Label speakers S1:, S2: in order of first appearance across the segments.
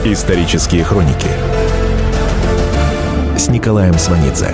S1: Исторические хроники с Николаем Сванидзе.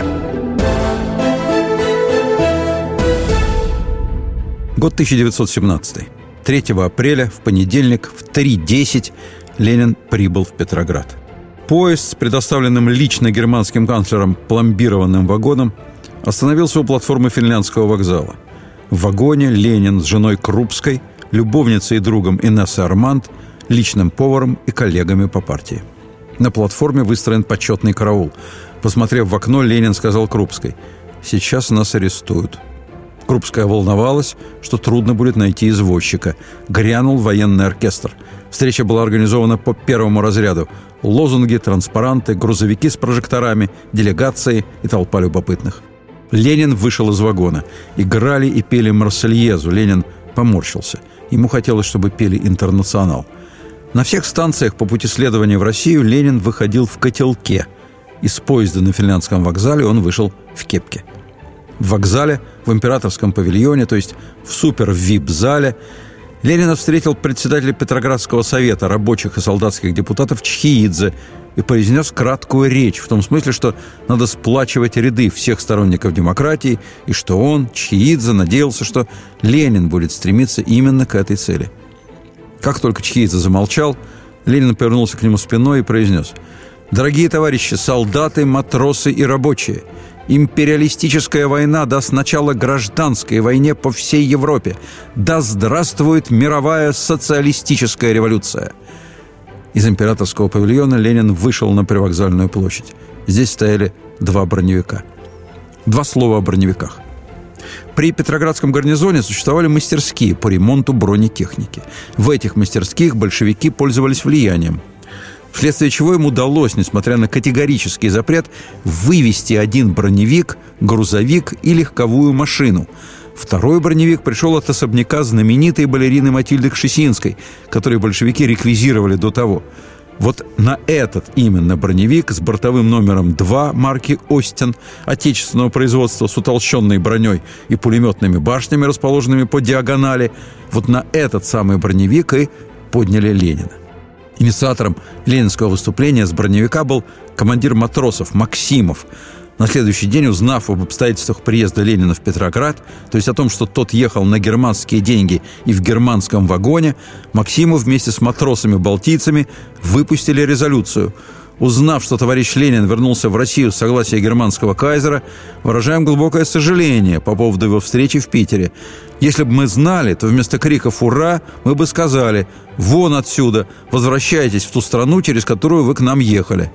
S2: Год 1917. 3 апреля, в понедельник, в 3:10 Ленин прибыл в Петроград. Поезд с предоставленным лично германским канцлером пломбированным вагоном остановился у платформы Финляндского вокзала. В вагоне Ленин с женой Крупской, любовницей и другом Инессой Арманд, личным поваром и коллегами по партии. На платформе выстроен почетный караул. Посмотрев в окно, Ленин сказал Крупской: «Сейчас нас арестуют». Крупская волновалась, что трудно будет найти извозчика. Грянул военный оркестр. Встреча была организована по первому разряду. Лозунги, транспаранты, грузовики с прожекторами, делегации и толпа любопытных. Ленин вышел из вагона. Играли и пели «Марсельезу». Ленин поморщился. Ему хотелось, чтобы пели «Интернационал». На всех станциях по пути следования в Россию Ленин выходил в котелке. Из поезда на Финляндском вокзале он вышел в кепке. В вокзале, в императорском павильоне, то есть в супер-вип-зале, Ленина встретил председатель Петроградского совета рабочих и солдатских депутатов Чхеидзе и произнес краткую речь в том смысле, что надо сплачивать ряды всех сторонников демократии, и что он, Чхеидзе, надеялся, что Ленин будет стремиться именно к этой цели. Как только Чхеидзе замолчал, Ленин повернулся к нему спиной и произнес: «Дорогие товарищи, солдаты, матросы и рабочие, империалистическая война даст начало гражданской войне по всей Европе. Да здравствует мировая социалистическая революция!» Из императорского павильона Ленин вышел на Привокзальную площадь. Здесь стояли 2 броневика. 2 слова о броневиках. При Петроградском гарнизоне существовали мастерские по ремонту бронетехники. В этих мастерских большевики пользовались влиянием, вследствие чего им удалось, несмотря на категорический запрет, вывести 1 броневик, грузовик и легковую машину. 2-й броневик пришел от особняка знаменитой балерины Матильды Кшесинской, которую большевики реквизировали до того. Вот на этот именно броневик с бортовым номером 2 марки «Остин» отечественного производства с утолщенной броней и пулеметными башнями, расположенными по диагонали, вот на этот самый броневик и подняли Ленина. Инициатором ленинского выступления с броневика был командир матросов Максимов. На следующий день, узнав об обстоятельствах приезда Ленина в Петроград, то есть о том, что тот ехал на германские деньги и в германском вагоне, Максимов вместе с матросами-балтийцами выпустили резолюцию. Узнав, что товарищ Ленин вернулся в Россию с согласия германского кайзера, выражаем глубокое сожаление по поводу его встречи в Питере. Если бы мы знали, то вместо криков «Ура!» мы бы сказали: «Вон отсюда! Возвращайтесь в ту страну, через которую вы к нам ехали!»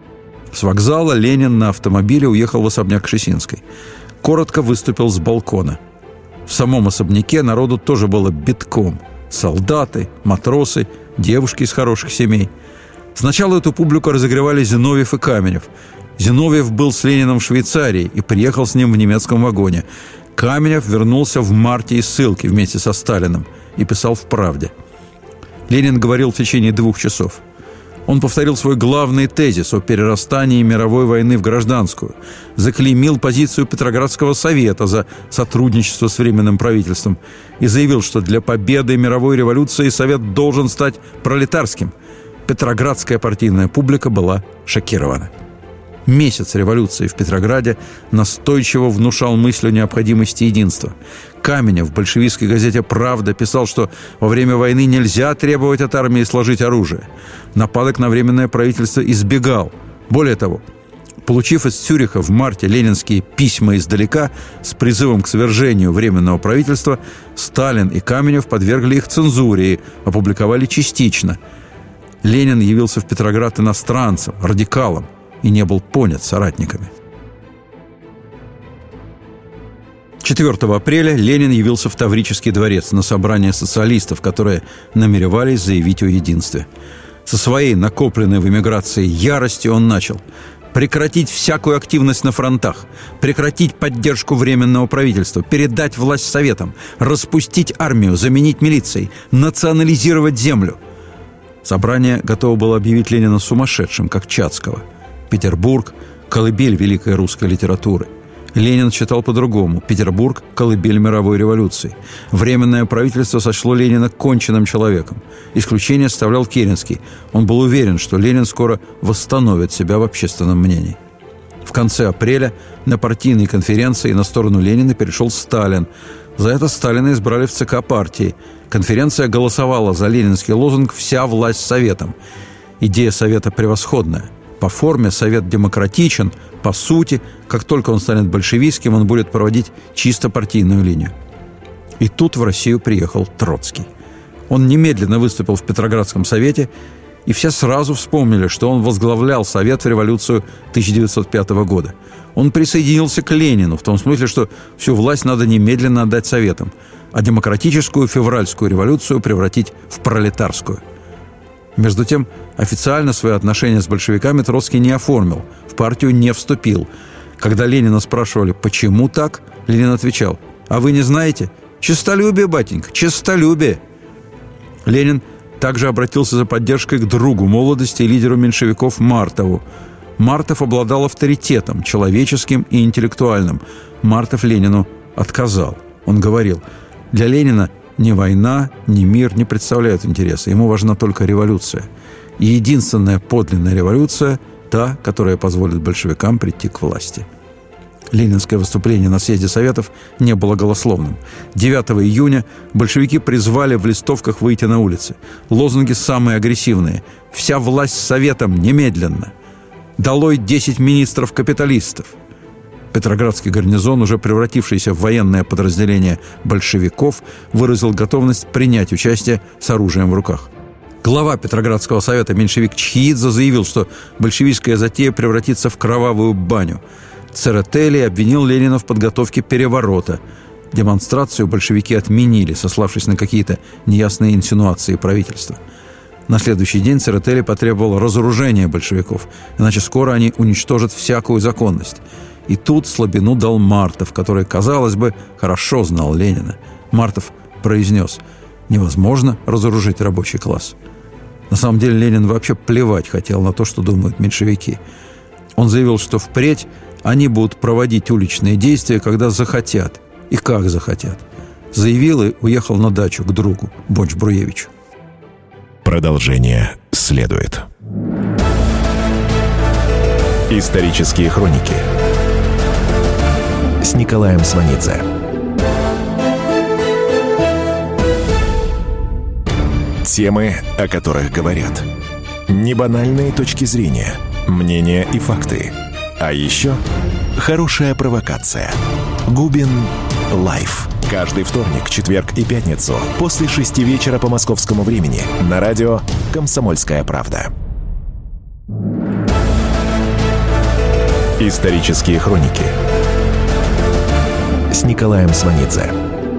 S2: С вокзала Ленин на автомобиле уехал в особняк Кшесинской. Коротко выступил с балкона. В самом особняке народу тоже было битком. Солдаты, матросы, девушки из хороших семей. Сначала эту публику разогревали Зиновьев и Каменев. Зиновьев был с Лениным в Швейцарии и приехал с ним в немецком вагоне. Каменев вернулся в марте из ссылки вместе со Сталиным и писал в «Правде». Ленин говорил в течение 2 часов. Он повторил свой главный тезис о перерастании мировой войны в гражданскую, заклеймил позицию Петроградского совета за сотрудничество с Временным правительством и заявил, что для победы мировой революции совет должен стать пролетарским. Петроградская партийная публика была шокирована. Месяц революции в Петрограде настойчиво внушал мысль о необходимости единства. Каменев в большевистской газете «Правда» писал, что во время войны нельзя требовать от армии сложить оружие. Нападок на Временное правительство избегал. Более того, получив из Цюриха в марте ленинские письма издалека с призывом к свержению Временного правительства, Сталин и Каменев подвергли их цензуре и опубликовали частично. Ленин явился в Петроград иностранцем, радикалом, и не был понят соратниками. 4 апреля Ленин явился в Таврический дворец на собрание социалистов, которые намеревались заявить о единстве. Со своей накопленной в эмиграции яростью он начал: прекратить всякую активность на фронтах, прекратить поддержку Временного правительства, передать власть советам, распустить армию, заменить милицией, национализировать землю. Собрание готово было объявить Ленина сумасшедшим, как Чацкого. Петербург – колыбель великой русской литературы. Ленин считал по-другому. Петербург – колыбель мировой революции. Временное правительство сочло Ленина конченным человеком. Исключение составлял Керенский. Он был уверен, что Ленин скоро восстановит себя в общественном мнении. В конце апреля на партийной конференции на сторону Ленина перешел Сталин. За это Сталина избрали в ЦК партии. Конференция голосовала за ленинский лозунг «Вся власть Советом». Идея Совета превосходная. По форме Совет демократичен, по сути, как только он станет большевистским, он будет проводить чисто партийную линию. И тут в Россию приехал Троцкий. Он немедленно выступил в Петроградском совете, и все сразу вспомнили, что он возглавлял Совет в революцию 1905 года. Он присоединился к Ленину, в том смысле, что всю власть надо немедленно отдать Советам, а демократическую февральскую революцию превратить в пролетарскую. Между тем, официально свои отношения с большевиками Троцкий не оформил, в партию не вступил. Когда Ленина спрашивали, почему так, Ленин отвечал: «А вы не знаете? Честолюбие, батенька, честолюбие». Ленин также обратился за поддержкой к другу молодости и лидеру меньшевиков Мартову. Мартов обладал авторитетом, человеческим и интеллектуальным. Мартов Ленину отказал. Он говорил: «Для Ленина ни война, ни мир не представляют интереса. Ему важна только революция. И единственная подлинная революция – та, которая позволит большевикам прийти к власти». Ленинское выступление на съезде Советов не было голословным. 9 июня большевики призвали в листовках выйти на улицы. Лозунги самые агрессивные: «Вся власть Советом немедленно», «Долой 10 министров-капиталистов». Петроградский гарнизон, уже превратившийся в военное подразделение большевиков, выразил готовность принять участие с оружием в руках. Глава Петроградского совета меньшевик Чхиидзе заявил, что большевистская затея превратится в кровавую баню. Церетели обвинил Ленина в подготовке переворота. Демонстрацию большевики отменили, сославшись на какие-то неясные инсинуации правительства. На следующий день Церетели потребовал разоружения большевиков, иначе скоро они уничтожат всякую законность. И тут слабину дал Мартов, который, казалось бы, хорошо знал Ленина. Мартов произнес: «Невозможно разоружить рабочий класс». На самом деле Ленин вообще плевать хотел на то, что думают меньшевики. Он заявил, что впредь они будут проводить уличные действия, когда захотят и как захотят. Заявил и уехал на дачу к другу Бонч-Бруевичу.
S1: Продолжение следует. Исторические хроники с Николаем Сванидзе. Темы, о которых говорят. Небанальные точки зрения, мнения и факты. А еще хорошая провокация. Губин Лайф. Каждый вторник, четверг и пятницу после 6 вечера по московскому времени на радио «Комсомольская правда». Исторические хроники с Николаем Сванидзе.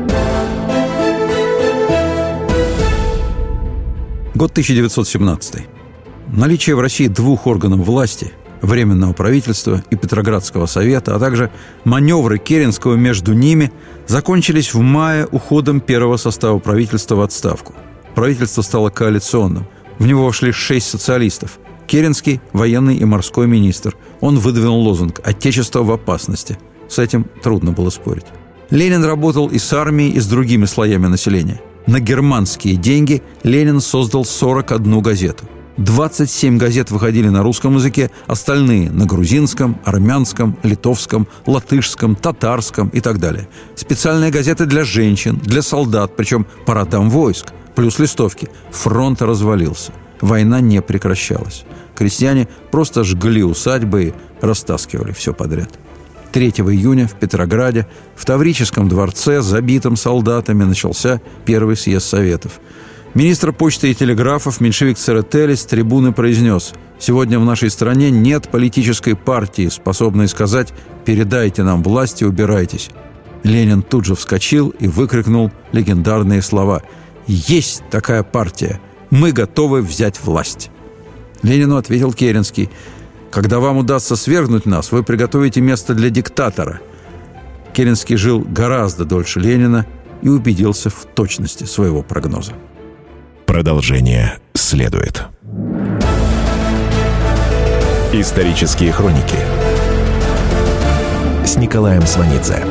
S2: Год 1917. Наличие в России двух органов власти – Временного правительства и Петроградского совета, а также маневры Керенского между ними закончились в мае уходом первого состава правительства в отставку. Правительство стало коалиционным. В него вошли 6 социалистов. Керенский – военный и морской министр. Он выдвинул лозунг «Отечество в опасности». С этим трудно было спорить. Ленин работал и с армией, и с другими слоями населения. На германские деньги Ленин создал 41 газету. 27 газет выходили на русском языке, остальные – на грузинском, армянском, литовском, латышском, татарском и так далее. Специальные газеты для женщин, для солдат, причем по родам войск, плюс листовки. Фронт развалился. Война не прекращалась. Крестьяне просто жгли усадьбы и растаскивали все подряд. 3 июня в Петрограде, в Таврическом дворце, забитом солдатами, начался первый съезд Советов. Министр почты и телеграфов меньшевик Церетели с трибуны произнес: «Сегодня в нашей стране нет политической партии, способной сказать: передайте нам власть и убирайтесь». Ленин тут же вскочил и выкрикнул легендарные слова: «Есть такая партия! Мы готовы взять власть!» Ленину ответил Керенский: «Когда вам удастся свергнуть нас, вы приготовите место для диктатора». Керенский жил гораздо дольше Ленина и убедился в точности своего прогноза.
S1: Продолжение следует. Исторические хроники с Николаем Сванидзе.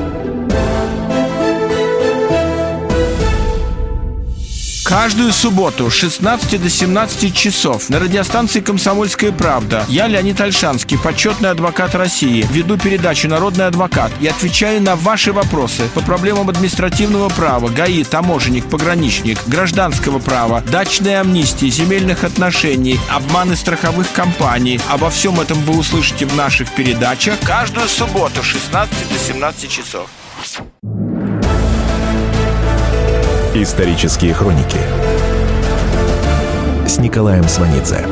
S3: Каждую субботу с 16 до 17 часов на радиостанции «Комсомольская правда» я, Леонид Ольшанский, почетный адвокат России, веду передачу «Народный адвокат» и отвечаю на ваши вопросы по проблемам административного права, ГАИ, таможенник, пограничник, гражданского права, дачной амнистии, земельных отношений, обманы страховых компаний. Обо всем этом вы услышите в наших передачах каждую субботу с 16 до 17 часов.
S1: Исторические хроники с Николаем Сванидзе.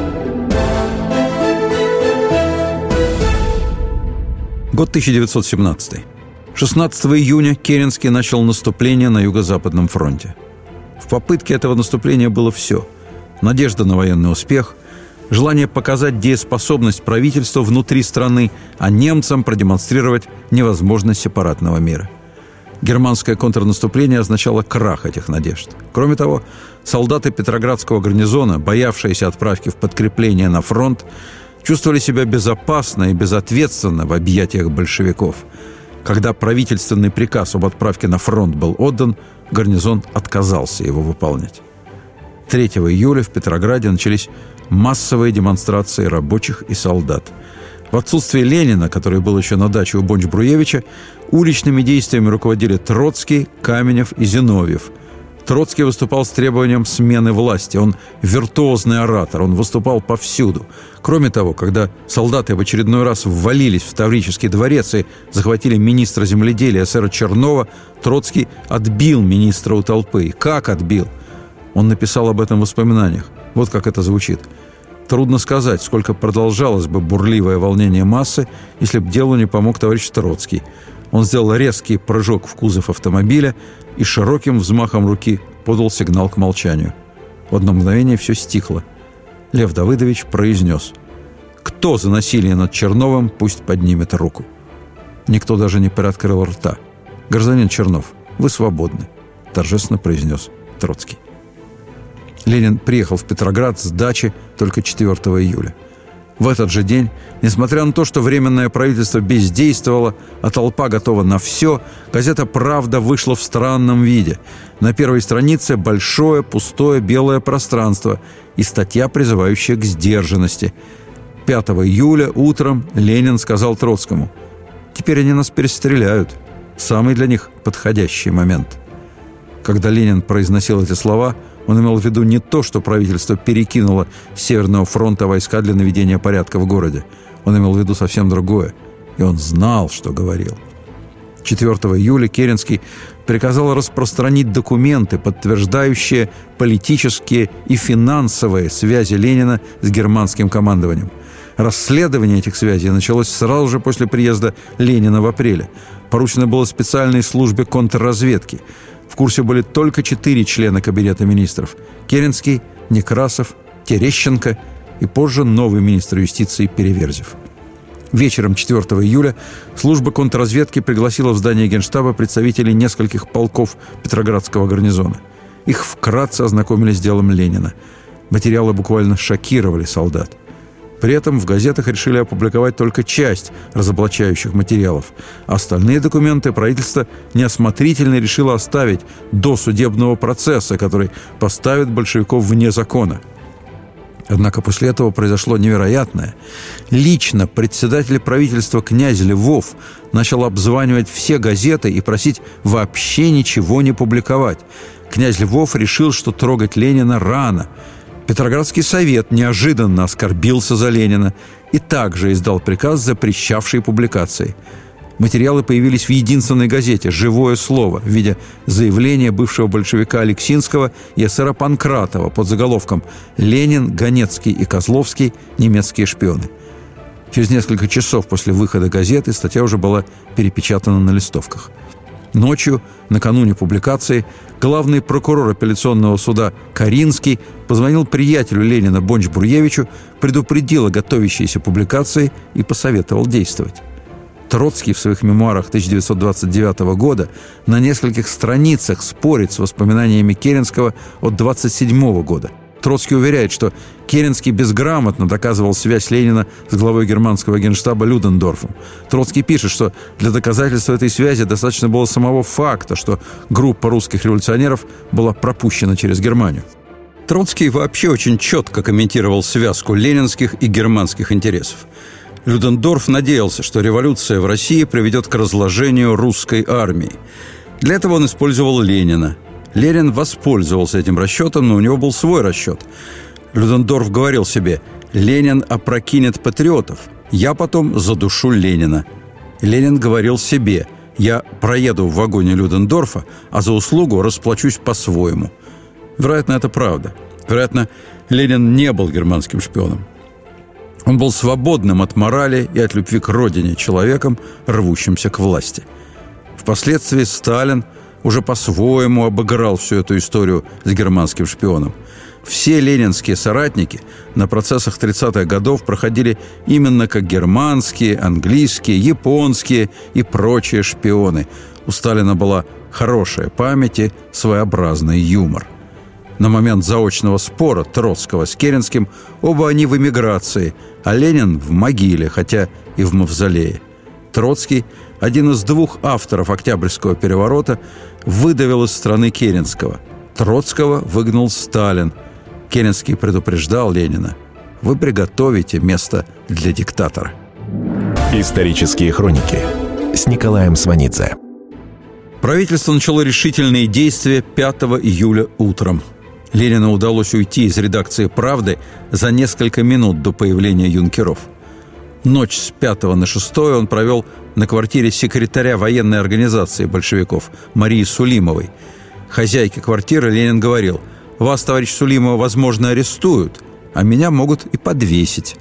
S2: Год 1917. 16 июня Керенский начал наступление на Юго-Западном фронте. В попытке этого наступления было все: надежда на военный успех, желание показать дееспособность правительства внутри страны, а немцам продемонстрировать невозможность сепаратного мира. Германское контрнаступление означало крах этих надежд. Кроме того, солдаты Петроградского гарнизона, боявшиеся отправки в подкрепление на фронт, чувствовали себя безопасно и безответственно в объятиях большевиков. Когда правительственный приказ об отправке на фронт был отдан, гарнизон отказался его выполнять. 3 июля в Петрограде начались массовые демонстрации рабочих и солдат. В отсутствие Ленина, который был еще на даче у Бонч-Бруевича, уличными действиями руководили Троцкий, Каменев и Зиновьев. Троцкий выступал с требованием смены власти. Он виртуозный оратор, он выступал повсюду. Кроме того, когда солдаты в очередной раз ввалились в Таврический дворец и захватили министра земледелия сэра Чернова, Троцкий отбил министра у толпы. И как отбил? Он написал об этом в воспоминаниях. Вот как это звучит. Трудно сказать, сколько продолжалось бы бурливое волнение массы, если бы делу не помог товарищ Троцкий. Он сделал резкий прыжок в кузов автомобиля и широким взмахом руки подал сигнал к молчанию. В одно мгновение все стихло. Лев Давыдович произнес: «Кто за насилие над Черновым, пусть поднимет руку». Никто даже не приоткрыл рта. «Гражданин Чернов, вы свободны», – торжественно произнес Троцкий. Ленин приехал в Петроград с дачи только 4 июля. В этот же день, несмотря на то, что Временное правительство бездействовало, а толпа готова на все, газета «Правда» вышла в странном виде. На первой странице большое, пустое, белое пространство и статья, призывающая к сдержанности. 5 июля утром Ленин сказал Троцкому: «Теперь они нас перестреляют. Самый для них подходящий момент». Когда Ленин произносил эти слова, он имел в виду не то, что правительство перекинуло с Северного фронта войска для наведения порядка в городе. Он имел в виду совсем другое. И он знал, что говорил. 4 июля Керенский приказал распространить документы, подтверждающие политические и финансовые связи Ленина с германским командованием. Расследование этих связей началось сразу же после приезда Ленина в апреле. Поручено было специальной службе контрразведки. В курсе были только 4 члена Кабинета министров: Керенский, Некрасов, Терещенко и позже новый министр юстиции Переверзев. Вечером 4 июля служба контрразведки пригласила в здание Генштаба представителей нескольких полков Петроградского гарнизона. Их вкратце ознакомили с делом Ленина. Материалы буквально шокировали солдат. При этом в газетах решили опубликовать только часть разоблачающих материалов. А остальные документы правительство неосмотрительно решило оставить до судебного процесса, который поставит большевиков вне закона. Однако после этого произошло невероятное. Лично председатель правительства князь Львов начал обзванивать все газеты и просить вообще ничего не публиковать. Князь Львов решил, что трогать Ленина рано. Петроградский совет неожиданно оскорбился за Ленина и также издал приказ, запрещавший публикации. Материалы появились в единственной газете «Живое слово» в виде заявления бывшего большевика Алексинского и эсера Панкратова под заголовком «Ленин, Ганецкий и Козловский – немецкие шпионы». Через несколько часов после выхода газеты статья уже была перепечатана на листовках. Ночью, накануне публикации, главный прокурор апелляционного суда Каринский позвонил приятелю Ленина Бонч-Бруевичу, предупредил о готовящейся публикации и посоветовал действовать. Троцкий в своих мемуарах 1929 года на нескольких страницах спорит с воспоминаниями Керенского от 1927 года. Троцкий уверяет, что Керенский безграмотно доказывал связь Ленина с главой германского генштаба Людендорфом. Троцкий пишет, что для доказательства этой связи достаточно было самого факта, что группа русских революционеров была пропущена через Германию. Троцкий вообще очень четко комментировал связку ленинских и германских интересов. Людендорф надеялся, что революция в России приведет к разложению русской армии. Для этого он использовал Ленина. Ленин воспользовался этим расчетом, но у него был свой расчет. Людендорф говорил себе: «Ленин опрокинет патриотов, я потом задушу Ленина». Ленин говорил себе: «Я проеду в вагоне Людендорфа, а за услугу расплачусь по-своему». Вероятно, это правда. Вероятно, Ленин не был германским шпионом. Он был свободным от морали и от любви к родине человеком, рвущимся к власти. Впоследствии Сталин уже по-своему обыграл всю эту историю с германским шпионом. Все ленинские соратники на процессах 30-х годов проходили именно как германские, английские, японские и прочие шпионы. У Сталина была хорошая память и своеобразный юмор. На момент заочного спора Троцкого с Керенским оба они в эмиграции, а Ленин в могиле, хотя и в мавзолее. Троцкий, один из двух авторов Октябрьского переворота, выдавил из страны Керенского. Троцкого выгнал Сталин. Керенский предупреждал Ленина: «Вы приготовите место для диктатора».
S1: Исторические хроники с Николаем Сванидзе.
S2: Правительство начало решительные действия 5 июля утром. Ленину удалось уйти из редакции «Правды» за несколько минут до появления юнкеров. Ночь с 5 на 6 он провел на квартире секретаря военной организации большевиков Марии Сулимовой. Хозяйке квартиры Ленин говорил: «Вас, товарищ Сулимова, возможно, арестуют, а меня могут и подвесить».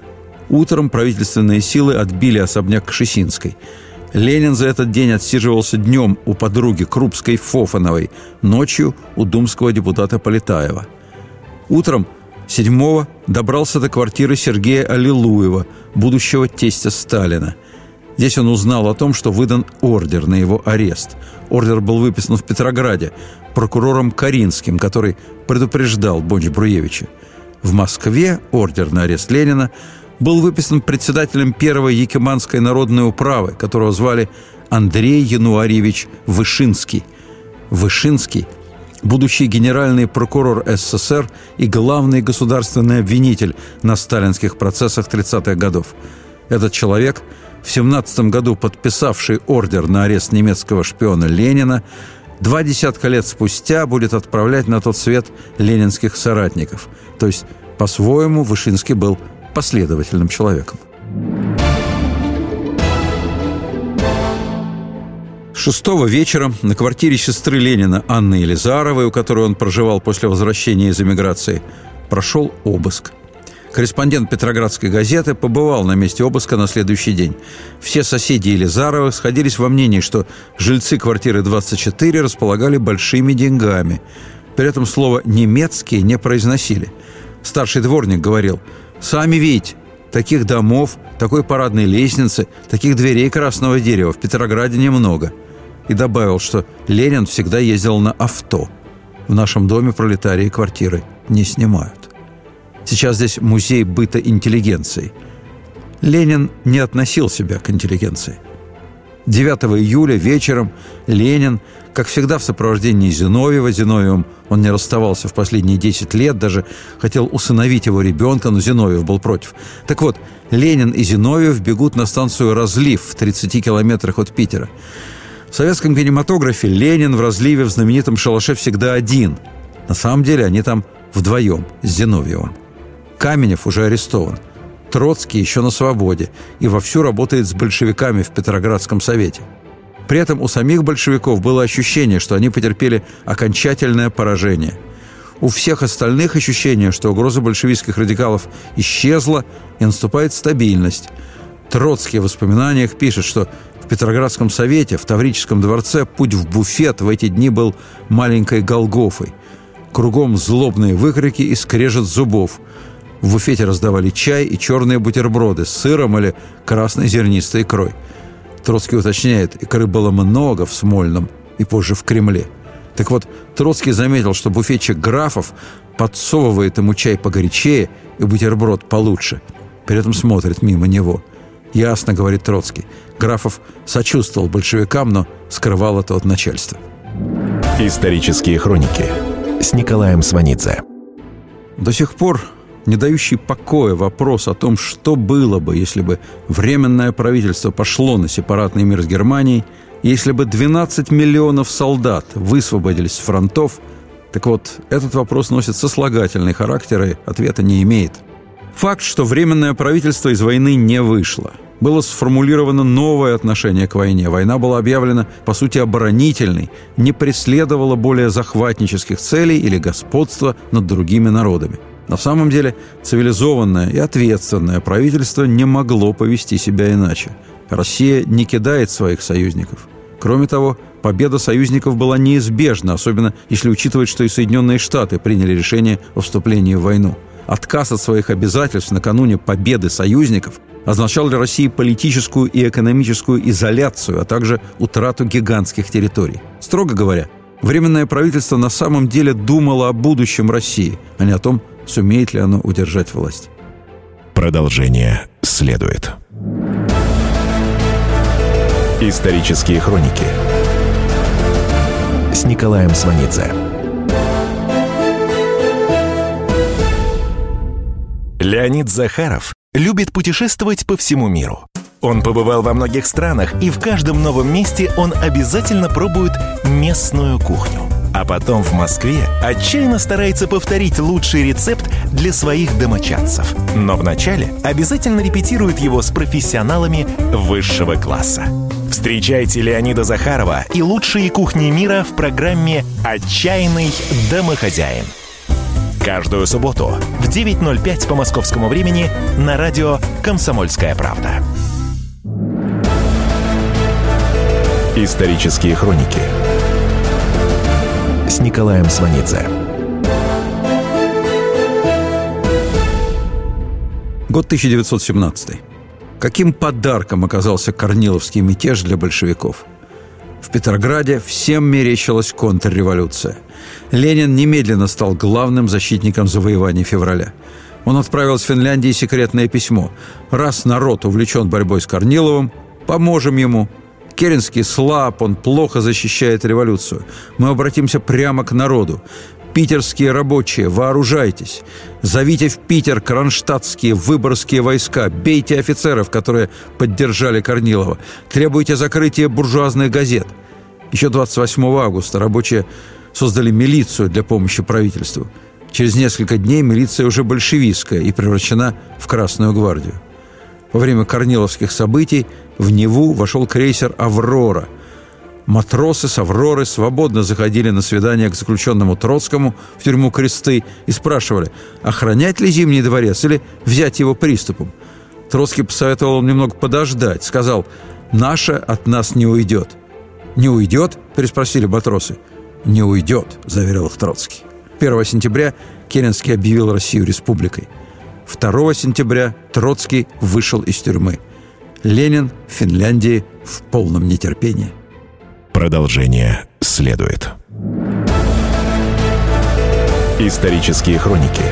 S2: Утром правительственные силы отбили особняк Кшесинской. Ленин за этот день отсиживался днем у подруги Крупской-Фофановой, ночью у думского депутата Полетаева. Утром 7-го добрался до квартиры Сергея Аллилуева, будущего тестя Сталина. Здесь он узнал о том, что выдан ордер на его арест. Ордер был выписан в Петрограде прокурором Каринским, который предупреждал Бонч-Бруевича. В Москве ордер на арест Ленина был выписан председателем первой Якиманской народной управы, которого звали Андрей Януарьевич Вышинский. Вышинский – будущий генеральный прокурор СССР и главный государственный обвинитель на сталинских процессах 30-х годов. Этот человек, в 17 году подписавший ордер на арест немецкого шпиона Ленина, 20 лет спустя будет отправлять на тот свет ленинских соратников. То есть, по-своему, Вышинский был последовательным человеком. 6-го вечера на квартире сестры Ленина Анны Елизаровой, у которой он проживал после возвращения из эмиграции, прошел обыск. Корреспондент Петроградской газеты побывал на месте обыска на следующий день. Все соседи Елизаровых сходились во мнении, что жильцы квартиры 24 располагали большими деньгами. При этом слово «немецкие» не произносили. Старший дворник говорил: «Сами видите, таких домов, такой парадной лестницы, таких дверей красного дерева в Петрограде немного». И добавил, что Ленин всегда ездил на авто. В нашем доме пролетарии квартиры не снимают. Сейчас здесь музей быта интеллигенции. Ленин не относил себя к интеллигенции. 9 июля вечером Ленин, как всегда в сопровождении Зиновьева, Зиновьевым он не расставался в последние 10 лет, даже хотел усыновить его ребенка, но Зиновьев был против. Так вот, Ленин и Зиновьев бегут на станцию «Разлив» в 30 километрах от Питера. В советском кинематографе Ленин в «Разливе» в знаменитом шалаше всегда один. На самом деле они там вдвоем с Зиновьевым. Каменев уже арестован. Троцкий еще на свободе и вовсю работает с большевиками в Петроградском совете. При этом у самих большевиков было ощущение, что они потерпели окончательное поражение. У всех остальных ощущение, что угроза большевистских радикалов исчезла и наступает стабильность. Троцкий в воспоминаниях пишет, что в Петроградском совете, в Таврическом дворце, путь в буфет в эти дни был маленькой Голгофой. Кругом злобные выкрики и скрежет зубов. В буфете раздавали чай и черные бутерброды с сыром или красной зернистой икрой. Троцкий уточняет, икры было много в Смольном и позже в Кремле. Так вот, Троцкий заметил, что буфетчик Графов подсовывает ему чай погорячее и бутерброд получше. При этом смотрит мимо него. «Ясно, — говорит Троцкий, — Графов сочувствовал большевикам, но скрывал это от начальства».
S1: Исторические хроники с Николаем Сванидзе.
S2: До сих пор не дающий покоя вопрос о том, что было бы, если бы Временное правительство пошло на сепаратный мир с Германией, если бы 12 миллионов солдат высвободились с фронтов. Так вот, этот вопрос носит сослагательный характер и ответа не имеет. Факт, что Временное правительство из войны не вышло. Было сформулировано новое отношение к войне. Война была объявлена, по сути, оборонительной, не преследовала более захватнических целей или господства над другими народами. На самом деле, цивилизованное и ответственное правительство не могло повести себя иначе. Россия не кидает своих союзников. Кроме того, победа союзников была неизбежна, особенно если учитывать, что и Соединенные Штаты приняли решение о вступлении в войну. Отказ от своих обязательств накануне победы союзников означал для России политическую и экономическую изоляцию, а также утрату гигантских территорий. Строго говоря, Временное правительство на самом деле думало о будущем России, а не о том, сумеет ли оно удержать власть.
S1: Продолжение следует. Исторические хроники с Николаем Сванидзе. Леонид Захаров любит путешествовать по всему миру. Он побывал во многих странах, и в каждом новом месте он обязательно пробует местную кухню. А потом в Москве отчаянно старается повторить лучший рецепт для своих домочадцев. Но вначале обязательно репетирует его с профессионалами высшего класса. Встречайте Леонида Захарова и лучшие кухни мира в программе «Отчаянный домохозяин». Каждую субботу в 9:05 по московскому времени на радио «Комсомольская правда». Исторические хроники с Николаем Сванидзе.
S2: Год 1917. Каким подарком оказался Корниловский мятеж для большевиков? В Петрограде всем мерещилась контрреволюция. Ленин немедленно стал главным защитником завоеваний февраля. Он отправил с Финляндии секретное письмо. «Раз народ увлечен борьбой с Корниловым, поможем ему. Керенский слаб, он плохо защищает революцию. Мы обратимся прямо к народу. Питерские рабочие, вооружайтесь. Зовите в Питер кронштадтские, выборгские войска. Бейте офицеров, которые поддержали Корнилова. Требуйте закрытия буржуазных газет». Еще 28 августа рабочие создали милицию для помощи правительству. Через несколько дней милиция уже большевистская и превращена в Красную гвардию. Во время корниловских событий в Неву вошел крейсер «Аврора». Матросы с «Авроры» свободно заходили на свидание к заключенному Троцкому в тюрьму Кресты и спрашивали, охранять ли Зимний дворец или взять его приступом. Троцкий посоветовал им немного подождать, сказал: «Наше от нас не уйдет». «Не уйдет?» – переспросили матросы. «Не уйдет», – заверил их Троцкий. 1 сентября Керенский объявил Россию республикой. 2 сентября Троцкий вышел из тюрьмы. Ленин в Финляндии в полном нетерпении.
S1: Продолжение следует. Исторические хроники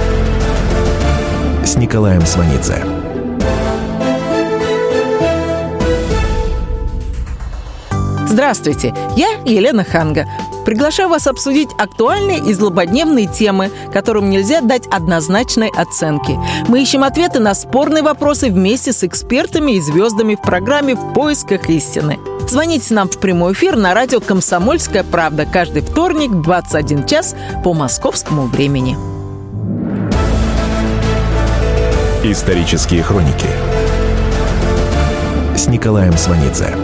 S1: с Николаем Сванидзе.
S4: Здравствуйте, я Елена Ханга. Приглашаю вас обсудить актуальные и злободневные темы, которым нельзя дать однозначной оценки. Мы ищем ответы на спорные вопросы вместе с экспертами и звездами в программе «В поисках истины». Звоните нам в прямой эфир на радио «Комсомольская правда» каждый вторник в 21 час по московскому времени.
S1: Исторические хроники с Николаем Сванидзе.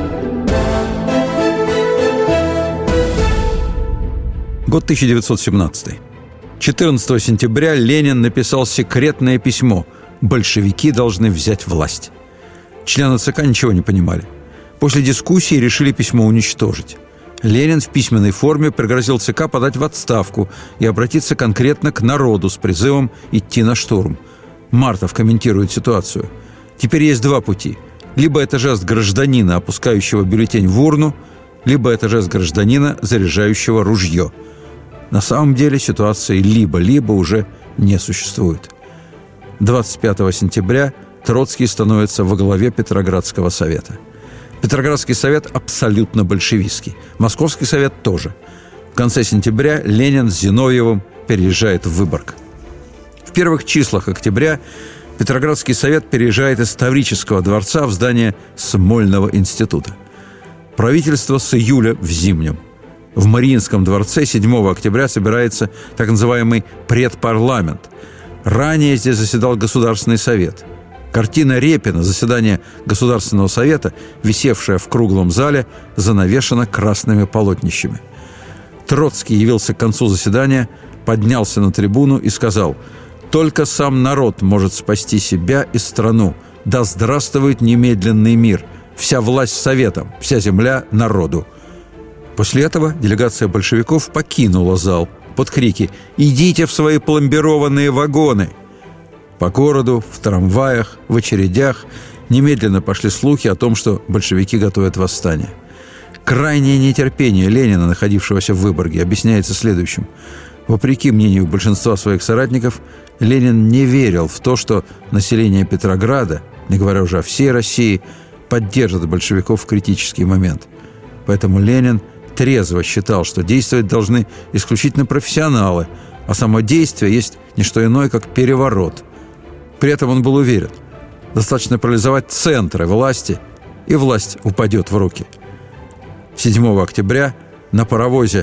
S2: Год 1917. 14 сентября Ленин написал секретное письмо: «Большевики должны взять власть». Члены ЦК ничего не понимали. После дискуссии решили письмо уничтожить. Ленин в письменной форме пригрозил ЦК подать в отставку и обратиться конкретно к народу с призывом идти на штурм. Мартов комментирует ситуацию. «Теперь есть два пути. Либо это жест гражданина, опускающего бюллетень в урну, либо это жест гражданина, заряжающего ружье. На самом деле ситуации либо-либо уже не существует. 25 сентября Троцкий становится во главе Петроградского совета. Петроградский совет абсолютно большевистский. Московский совет тоже. В конце сентября Ленин с Зиновьевым переезжает в Выборг. В первых числах октября Петроградский совет переезжает из Таврического дворца в здание Смольного института. Правительство с июля в Зимнем. В Мариинском дворце 7 октября собирается так называемый предпарламент. Ранее здесь заседал Государственный совет. Картина Репина «Заседание Государственного совета», висевшая в круглом зале, занавешена красными полотнищами. Троцкий явился к концу заседания, поднялся на трибуну и сказал: «Только сам народ может спасти себя и страну. Да здравствует немедленный мир! Вся власть советам, вся земля народу!» После этого делегация большевиков покинула зал под крики «Идите в свои пломбированные вагоны!». По городу, в трамваях, в очередях немедленно пошли слухи о том, что большевики готовят восстание. Крайнее нетерпение Ленина, находившегося в Выборге, объясняется следующим. Вопреки мнению большинства своих соратников, Ленин не верил в то, что население Петрограда, не говоря уже о всей России, поддержит большевиков в критический момент. Поэтому Ленин трезво считал, что действовать должны исключительно профессионалы, а само действие есть не что иное, как переворот. При этом он был уверен, достаточно парализовать центры власти, и власть упадет в руки. 7 октября на паровозе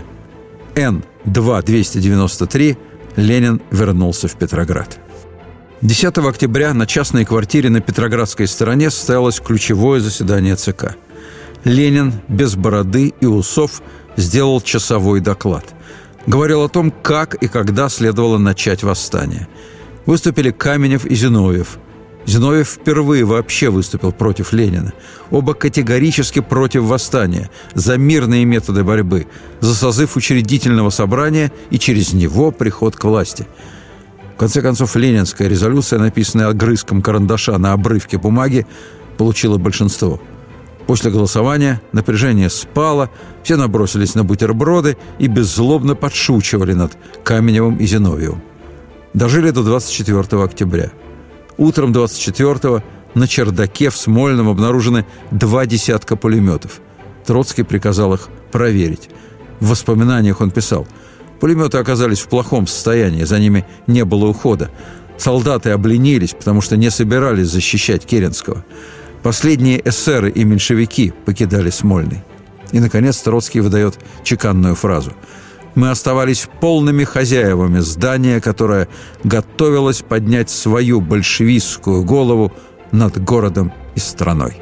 S2: Н-2-293 Ленин вернулся в Петроград. 10 октября на частной квартире на Петроградской стороне состоялось ключевое заседание ЦК. Ленин без бороды и усов сделал часовой доклад. Говорил о том, как и когда следовало начать восстание. Выступили Каменев и Зиновьев. Зиновьев впервые вообще выступил против Ленина. Оба категорически против восстания, за мирные методы борьбы, за созыв учредительного собрания и через него приход к власти. В конце концов, ленинская резолюция, написанная огрызком карандаша на обрывке бумаги, получила большинство. После голосования напряжение спало, все набросились на бутерброды и беззлобно подшучивали над Каменевым и Зиновьевым. Дожили до 24 октября. Утром 24-го на чердаке в Смольном обнаружены 2 десятка пулеметов. Троцкий приказал их проверить. В воспоминаниях он писал: «Пулеметы оказались в плохом состоянии, за ними не было ухода. Солдаты обленились, потому что не собирались защищать Керенского. Последние эсеры и меньшевики покидали Смольный». И, наконец, Троцкий выдает чеканную фразу: «Мы оставались полными хозяевами здания, которое готовилось поднять свою большевистскую голову над городом и страной».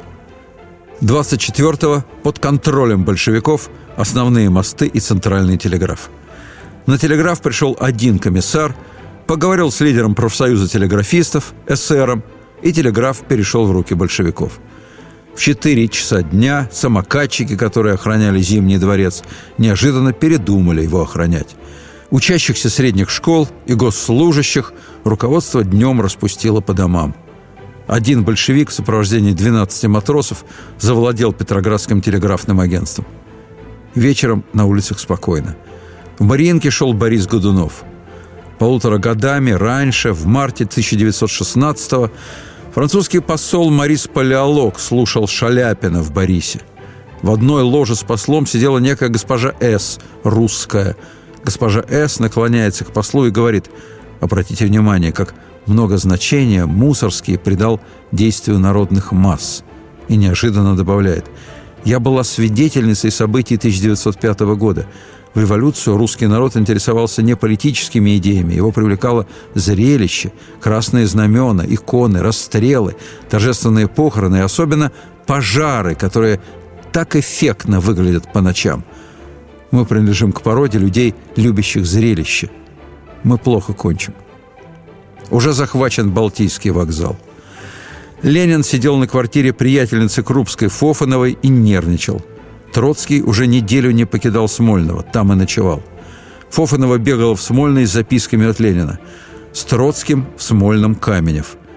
S2: 24-го под контролем большевиков основные мосты и центральный телеграф. На телеграф пришел один комиссар, поговорил с лидером профсоюза телеграфистов, эсером, и телеграф перешел в руки большевиков. В 4 часа дня самокатчики, которые охраняли Зимний дворец, неожиданно передумали его охранять. Учащихся средних школ и госслужащих руководство днем распустило по домам. Один большевик в сопровождении 12 матросов завладел Петроградским телеграфным агентством. Вечером на улицах спокойно. В Мариинке шел Борис Годунов. 1,5 годами раньше, в марте 1916-го, французский посол Марис Палеолог слушал Шаляпина в Борисе. В одной ложе с послом сидела некая госпожа С., русская. Госпожа С. наклоняется к послу и говорит: обратите внимание, как много значения Мусорский придал действию народных масс. И неожиданно добавляет: я была свидетельницей событий 1905 года. В революцию русский народ интересовался не политическими идеями, его привлекало зрелище, красные знамена, иконы, расстрелы, торжественные похороны и особенно пожары, которые так эффектно выглядят по ночам. Мы принадлежим к породе людей, любящих зрелище. Мы плохо кончим. Уже захвачен Балтийский вокзал. Ленин сидел на квартире приятельницы Крупской Фофановой и нервничал. Троцкий уже неделю не покидал Смольного, там и ночевал. Фофанова бегала в Смольный с записками от Ленина. С Троцким в Смольном Каменев.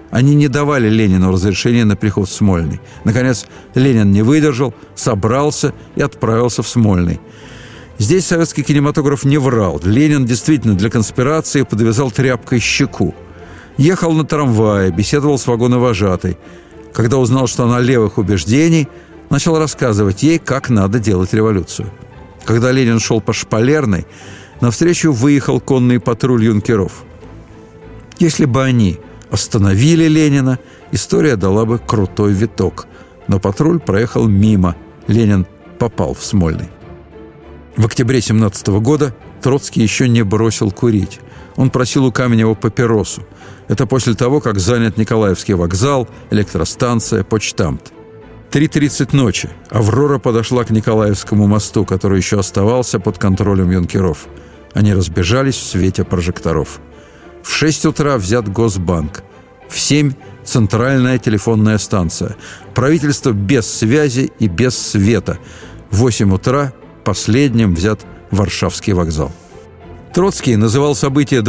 S2: Они не давали Ленину разрешения на приход в Смольный. Наконец, Ленин не выдержал, собрался и отправился в Смольный. Здесь советский кинематограф не врал. Ленин действительно для конспирации подвязал тряпкой щеку. Ехал на трамвае, беседовал с вагоновожатой. Когда узнал, что она левых убеждений, начал рассказывать ей, как надо делать революцию. Когда Ленин шел по Шпалерной, навстречу выехал конный патруль юнкеров. Если бы они остановили Ленина, история дала бы крутой виток. Но патруль проехал мимо. Ленин попал в Смольный. В октябре 1917 года Троцкий еще не бросил курить. Он просил у Каменева папиросу. Это после того, как занят Николаевский вокзал, электростанция, почтамт. 3:30 ночи. «Аврора» подошла к Николаевскому мосту, который еще оставался под контролем юнкеров. Они разбежались в свете прожекторов. В 6 утра взят Госбанк. В 7 – центральная телефонная станция. Правительство без связи и без света. В 8 утра последним взят Варшавский вокзал. Троцкий называл события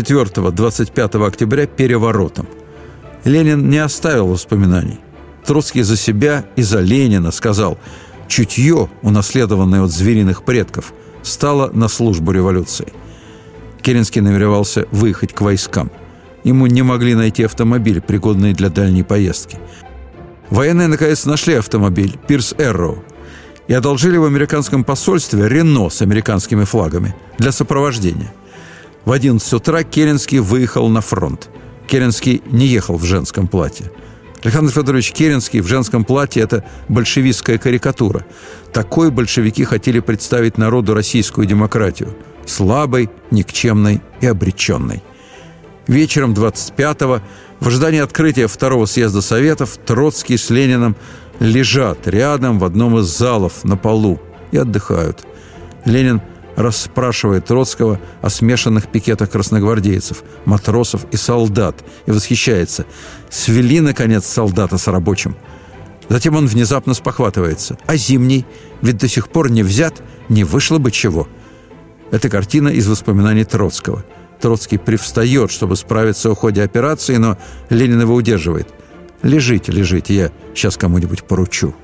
S2: 24-25 октября переворотом. Ленин не оставил воспоминаний. Троцкий за себя и за Ленина сказал: «Чутье, унаследованное от звериных предков, стало на службу революции». Керенский намеревался выехать к войскам. Ему не могли найти автомобиль, пригодный для дальней поездки. Военные, наконец, нашли автомобиль «Пирс Эрроу» и одолжили в американском посольстве «Рено» с американскими флагами для сопровождения. В 11 утра Керенский выехал на фронт. Керенский не ехал в женском платье. Александр Федорович Керенский в женском платье – это большевистская карикатура. Такой большевики хотели представить народу российскую демократию – слабой, никчемной и обреченной. Вечером 25-го, в ожидании открытия второго съезда Советов, Троцкий с Лениным лежат рядом в одном из залов на полу и отдыхают. Ленин расспрашивает Троцкого о смешанных пикетах красногвардейцев, матросов и солдат и восхищается: свели, наконец, солдата с рабочим. Затем он внезапно спохватывается: а Зимний ведь до сих пор не взят, не вышло бы чего. Это картина из воспоминаний Троцкого. Троцкий привстает, чтобы справиться о ходе операции, но Ленин его удерживает. «Лежите, лежите, я сейчас кому-нибудь поручу».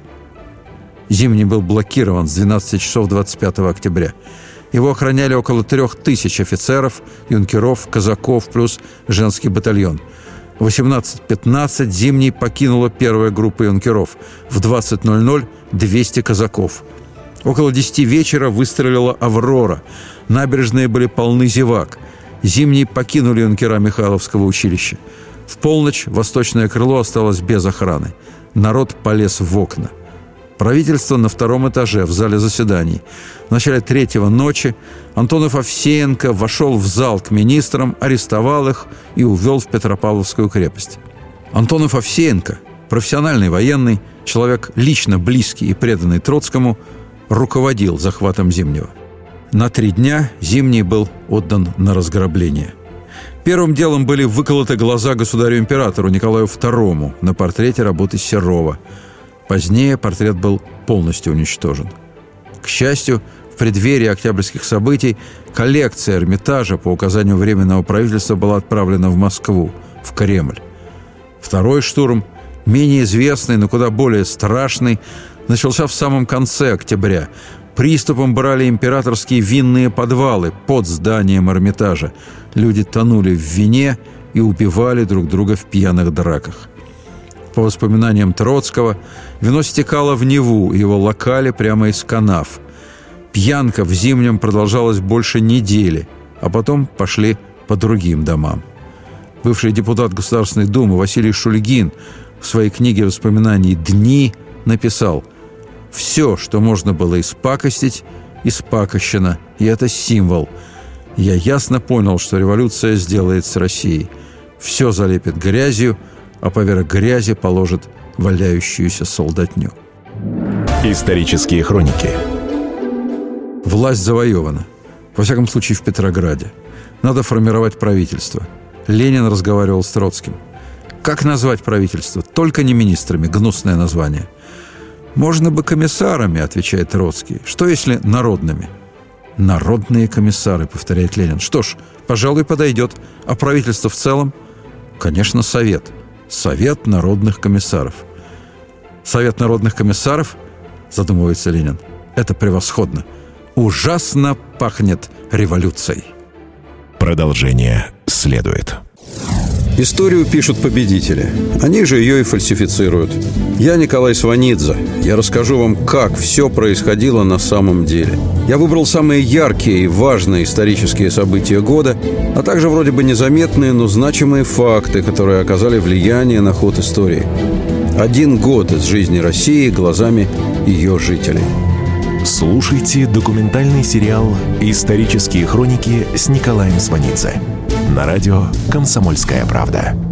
S2: Зимний был блокирован с 12 часов 25 октября. Его охраняли около 3000 офицеров, юнкеров, казаков, плюс женский батальон. В 18:15 Зимний покинула первая группа юнкеров. В 20:00 – 200 казаков. Около 10 вечера выстрелила «Аврора». Набережные были полны зевак. Зимний покинули юнкера Михайловского училища. В полночь восточное крыло осталось без охраны. Народ полез в окна. Правительство на втором этаже, в зале заседаний. В начале 3-го ночи Антонов Овсеенко вошел в зал к министрам, арестовал их и увел в Петропавловскую крепость. Антонов Овсеенко, профессиональный военный, человек лично близкий и преданный Троцкому, руководил захватом Зимнего. На 3 дня Зимний был отдан на разграбление. Первым делом были выколоты глаза государю-императору Николаю II на портрете работы Серова. Позднее портрет был полностью уничтожен. К счастью, в преддверии октябрьских событий коллекция Эрмитажа по указанию Временного правительства была отправлена в Москву, в Кремль. Второй штурм, менее известный, но куда более страшный, начался в самом конце октября. Приступом брали императорские винные подвалы под зданием Эрмитажа. Люди тонули в вине и убивали друг друга в пьяных драках. По воспоминаниям Троцкого, вино стекало в Неву, его локали прямо из канав. Пьянка в Зимнем продолжалась больше недели, а потом пошли по другим домам. Бывший депутат Государственной Думы Василий Шульгин в своей книге воспоминаний «Дни» написал: «Все, что можно было испакостить, испакощено, и это символ. Я ясно понял, что революция сделает с Россией. Все залепит грязью, а поверх грязи положит валяющуюся солдатню».
S1: Исторические хроники.
S2: Власть завоевана. Во всяком случае, в Петрограде. Надо формировать правительство. Ленин разговаривал с Троцким. Как назвать правительство? Только не министрами. Гнусное название. «Можно бы комиссарами», — отвечает Троцкий. «Что, если народными?» «Народные комиссары», — повторяет Ленин. «Что ж, пожалуй, подойдет. А правительство в целом?» «Конечно, Совет. Совет народных комиссаров. Совет народных комиссаров, задумывается Ленин, это превосходно. Ужасно пахнет революцией.
S1: Продолжение следует.
S2: Историю пишут победители. Они же ее и фальсифицируют. Я Николай Сванидзе. Я расскажу вам, как все происходило на самом деле. Я выбрал самые яркие и важные исторические события года, а также вроде бы незаметные, но значимые факты, которые оказали влияние на ход истории. 1 год из жизни России глазами ее жителей.
S1: Слушайте документальный сериал «Исторические хроники» с Николаем Сванидзе на радио «Комсомольская правда».